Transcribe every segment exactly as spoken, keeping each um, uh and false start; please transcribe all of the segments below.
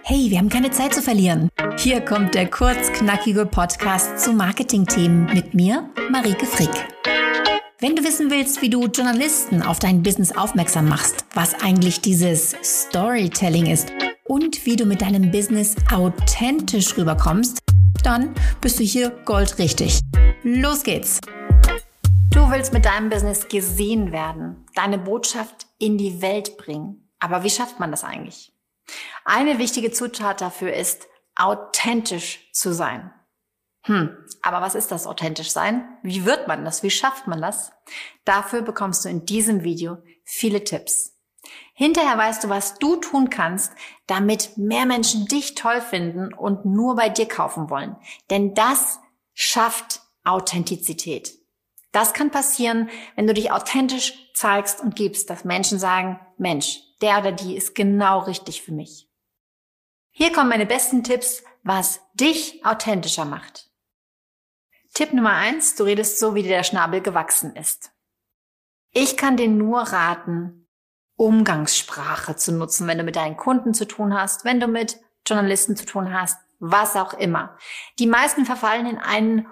Hey, wir haben keine Zeit zu verlieren. Hier kommt der kurzknackige Podcast zu Marketingthemen mit mir, Marieke Frick. Wenn du wissen willst, wie du Journalisten auf dein Business aufmerksam machst, was eigentlich dieses Storytelling ist und wie du mit deinem Business authentisch rüberkommst, dann bist du hier goldrichtig. Los geht's! Du willst mit deinem Business gesehen werden, deine Botschaft in die Welt bringen. Aber wie schafft man das eigentlich? Eine wichtige Zutat dafür ist, authentisch zu sein. Hm, aber was ist das authentisch sein? Wie wird man das? Wie schafft man das? Dafür bekommst du in diesem Video viele Tipps. Hinterher weißt du, was du tun kannst, damit mehr Menschen dich toll finden und nur bei dir kaufen wollen. Denn das schafft Authentizität. Das kann passieren, wenn du dich authentisch zeigst und gibst, dass Menschen sagen, Mensch, der oder die ist genau richtig für mich. Hier kommen meine besten Tipps, was dich authentischer macht. Tipp Nummer eins, du redest so, wie dir der Schnabel gewachsen ist. Ich kann dir nur raten, Umgangssprache zu nutzen, wenn du mit deinen Kunden zu tun hast, wenn du mit Journalisten zu tun hast, was auch immer. Die meisten verfallen in einen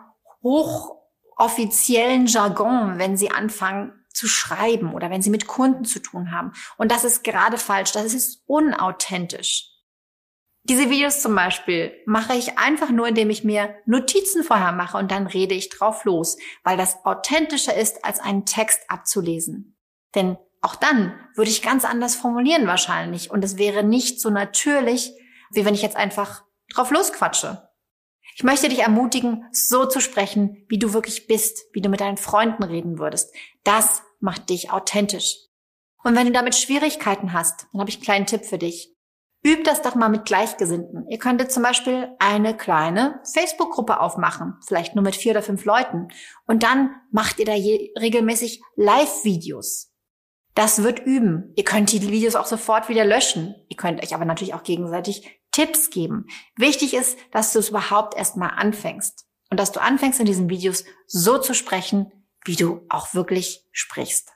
hochoffiziellen Jargon, wenn sie anfangen zu schreiben oder wenn sie mit Kunden zu tun haben. Und das ist gerade falsch, das ist unauthentisch. Diese Videos zum Beispiel mache ich einfach nur, indem ich mir Notizen vorher mache und dann rede ich drauf los, weil das authentischer ist, als einen Text abzulesen. Denn auch dann würde ich ganz anders formulieren wahrscheinlich und es wäre nicht so natürlich, wie wenn ich jetzt einfach drauf losquatsche. Ich möchte dich ermutigen, so zu sprechen, wie du wirklich bist, wie du mit deinen Freunden reden würdest. Das macht dich authentisch. Und wenn du damit Schwierigkeiten hast, dann habe ich einen kleinen Tipp für dich. Übt das doch mal mit Gleichgesinnten. Ihr könntet zum Beispiel eine kleine Facebook-Gruppe aufmachen, vielleicht nur mit vier oder fünf Leuten. Und dann macht ihr da je, regelmäßig Live-Videos. Das wird üben. Ihr könnt die Videos auch sofort wieder löschen. Ihr könnt euch aber natürlich auch gegenseitig Tipps geben. Wichtig ist, dass du es überhaupt erstmal anfängst. Und dass du anfängst, in diesen Videos so zu sprechen, wie du auch wirklich sprichst.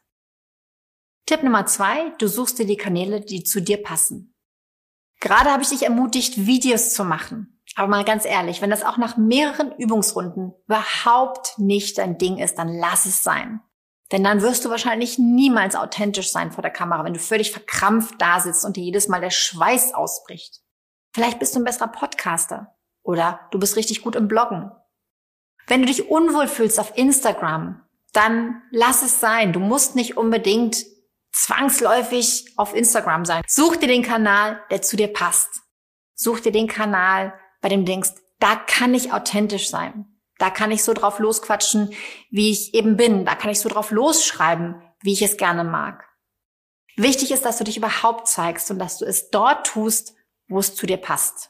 Tipp Nummer zwei, du suchst dir die Kanäle, die zu dir passen. Gerade habe ich dich ermutigt, Videos zu machen. Aber mal ganz ehrlich, wenn das auch nach mehreren Übungsrunden überhaupt nicht dein Ding ist, dann lass es sein. Denn dann wirst du wahrscheinlich niemals authentisch sein vor der Kamera, wenn du völlig verkrampft da sitzt und dir jedes Mal der Schweiß ausbricht. Vielleicht bist du ein besserer Podcaster oder du bist richtig gut im Bloggen. Wenn du dich unwohl fühlst auf Instagram, dann lass es sein. Du musst nicht unbedingt zwangsläufig auf Instagram sein. Such dir den Kanal, der zu dir passt. Such dir den Kanal, bei dem du denkst, da kann ich authentisch sein. Da kann ich so drauf losquatschen, wie ich eben bin. Da kann ich so drauf losschreiben, wie ich es gerne mag. Wichtig ist, dass du dich überhaupt zeigst und dass du es dort tust, wo es zu dir passt.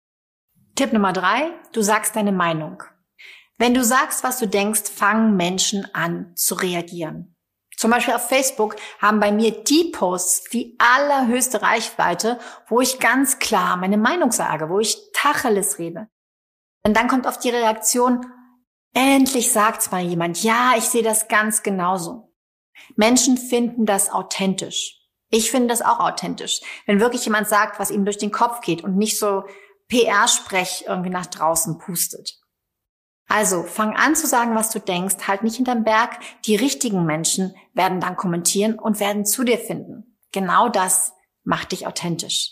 Tipp Nummer drei, du sagst deine Meinung. Wenn du sagst, was du denkst, fangen Menschen an zu reagieren. Zum Beispiel auf Facebook haben bei mir die Posts die allerhöchste Reichweite, wo ich ganz klar meine Meinung sage, wo ich Tacheles rede. Und dann kommt oft die Reaktion, endlich sagt's mal jemand, ja, ich sehe das ganz genauso. Menschen finden das authentisch. Ich finde das auch authentisch. Wenn wirklich jemand sagt, was ihm durch den Kopf geht und nicht so P R-Sprech irgendwie nach draußen pustet. Also, fang an zu sagen, was du denkst, halt nicht hinterm Berg. Die richtigen Menschen werden dann kommentieren und werden zu dir finden. Genau das macht dich authentisch.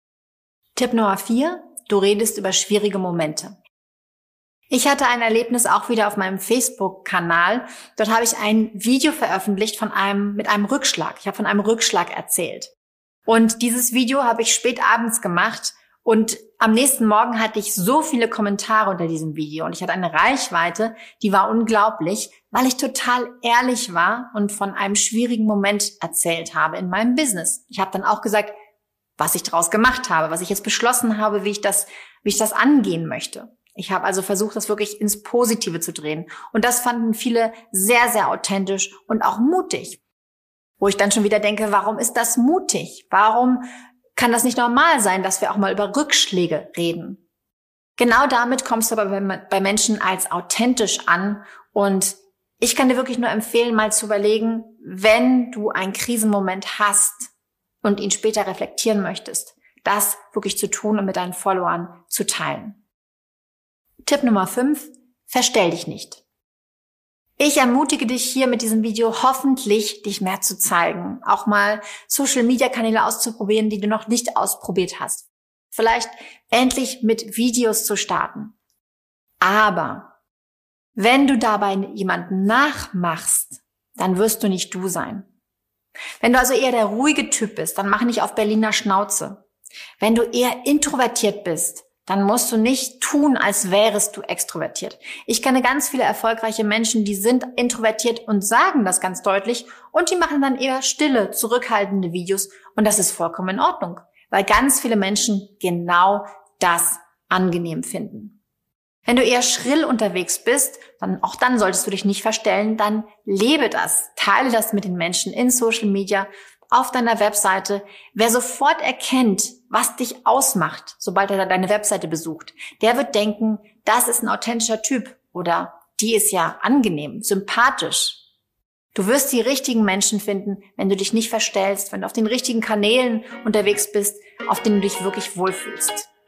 Tipp Nummer vier, du redest über schwierige Momente. Ich hatte ein Erlebnis auch wieder auf meinem Facebook-Kanal. Dort habe ich ein Video veröffentlicht von einem, mit einem Rückschlag. Ich habe von einem Rückschlag erzählt. Und dieses Video habe ich spät abends gemacht. Und am nächsten Morgen hatte ich so viele Kommentare unter diesem Video und ich hatte eine Reichweite, die war unglaublich, weil ich total ehrlich war und von einem schwierigen Moment erzählt habe in meinem Business. Ich habe dann auch gesagt, was ich daraus gemacht habe, was ich jetzt beschlossen habe, wie ich das, wie ich das angehen möchte. Ich habe also versucht, das wirklich ins Positive zu drehen. Und das fanden viele sehr, sehr authentisch und auch mutig. Wo ich dann schon wieder denke, warum ist das mutig? Warum kann das nicht normal sein, dass wir auch mal über Rückschläge reden? Genau damit kommst du aber bei Menschen als authentisch an. Und ich kann dir wirklich nur empfehlen, mal zu überlegen, wenn du einen Krisenmoment hast und ihn später reflektieren möchtest, das wirklich zu tun und mit deinen Followern zu teilen. Tipp Nummer fünf, verstell dich nicht. Ich ermutige dich hier mit diesem Video hoffentlich, dich mehr zu zeigen, auch mal Social-Media-Kanäle auszuprobieren, die du noch nicht ausprobiert hast. Vielleicht endlich mit Videos zu starten. Aber wenn du dabei jemanden nachmachst, dann wirst du nicht du sein. Wenn du also eher der ruhige Typ bist, dann mach nicht auf Berliner Schnauze. Wenn du eher introvertiert bist, dann musst du nicht tun, als wärest du extrovertiert. Ich kenne ganz viele erfolgreiche Menschen, die sind introvertiert und sagen das ganz deutlich und die machen dann eher stille, zurückhaltende Videos und das ist vollkommen in Ordnung, weil ganz viele Menschen genau das angenehm finden. Wenn du eher schrill unterwegs bist, dann auch dann solltest du dich nicht verstellen, dann lebe das, teile das mit den Menschen in Social Media, auf deiner Webseite. Wer sofort erkennt, was dich ausmacht, sobald er deine Webseite besucht, der wird denken, das ist ein authentischer Typ oder die ist ja angenehm, sympathisch. Du wirst die richtigen Menschen finden, wenn du dich nicht verstellst, wenn du auf den richtigen Kanälen unterwegs bist, auf denen du dich wirklich wohlfühlst.